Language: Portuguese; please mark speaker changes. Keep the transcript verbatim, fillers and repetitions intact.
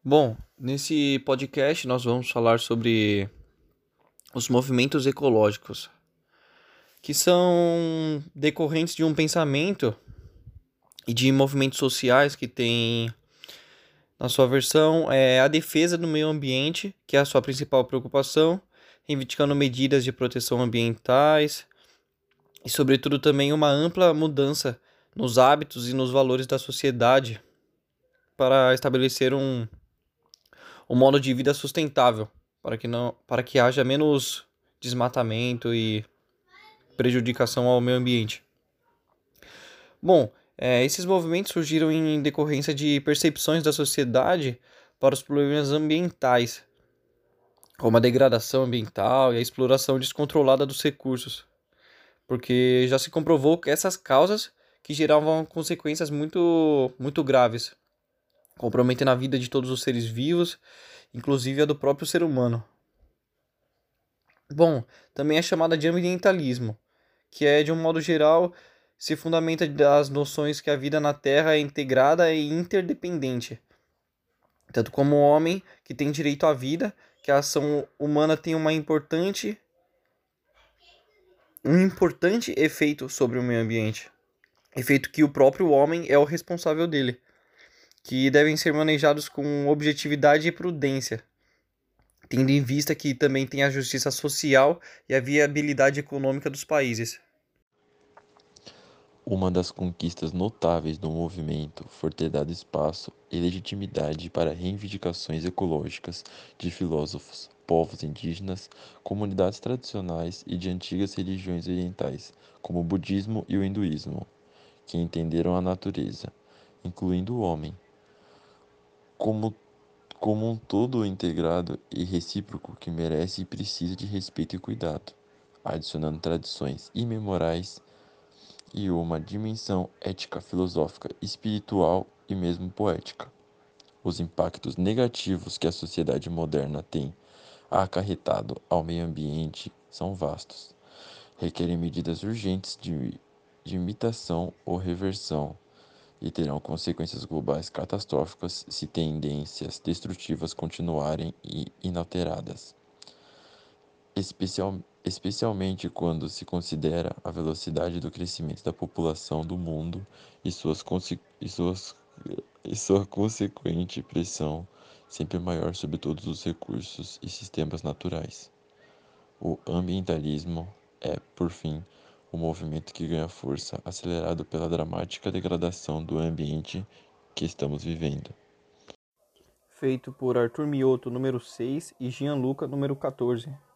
Speaker 1: Bom, nesse podcast nós vamos falar sobre os movimentos ecológicos, que são decorrentes de um pensamento e de movimentos sociais que tem na sua versão é a defesa do meio ambiente, que é a sua principal preocupação, reivindicando medidas de proteção ambientais e, sobretudo, também uma ampla mudança nos hábitos e nos valores da sociedade para estabelecer um um modo de vida sustentável, para que não, para que haja menos desmatamento e prejudicação ao meio ambiente. Bom, é, esses movimentos surgiram em decorrência de percepções da sociedade para os problemas ambientais, como a degradação ambiental e a exploração descontrolada dos recursos, porque já se comprovou que essas causas que geravam consequências muito, muito graves, comprometendo a vida de todos os seres vivos, inclusive a do próprio ser humano. Bom, também é chamada de ambientalismo, que é, de um modo geral, se fundamenta das noções que a vida na Terra é integrada e interdependente, tanto como o homem, que tem direito à vida, que a ação humana tem uma importante, um importante efeito sobre o meio ambiente, efeito que o próprio homem é o responsável dele, que devem ser manejados com objetividade e prudência, tendo em vista que também tem a justiça social e a viabilidade econômica dos países.
Speaker 2: Uma das conquistas notáveis do movimento foi ter dado espaço e legitimidade para reivindicações ecológicas de filósofos, povos indígenas, comunidades tradicionais e de antigas religiões orientais, como o budismo e o hinduísmo, que entenderam a natureza, incluindo o homem, como, como um todo integrado e recíproco que merece e precisa de respeito e cuidado, adicionando tradições imemorais e uma dimensão ética, filosófica, espiritual e mesmo poética. Os impactos negativos que a sociedade moderna tem acarretado ao meio ambiente são vastos. Requerem medidas urgentes de, de imitação ou reversão e terão consequências globais catastróficas se tendências destrutivas continuarem inalteradas, especial, especialmente quando se considera a velocidade do crescimento da população do mundo e, suas, e, suas, e sua consequente pressão sempre maior sobre todos os recursos e sistemas naturais. O ambientalismo é, por fim, um movimento que ganha força, acelerado pela dramática degradação do ambiente que estamos vivendo.
Speaker 1: Feito por Arthur Mioto, número seis, e Gianluca, número quatorze.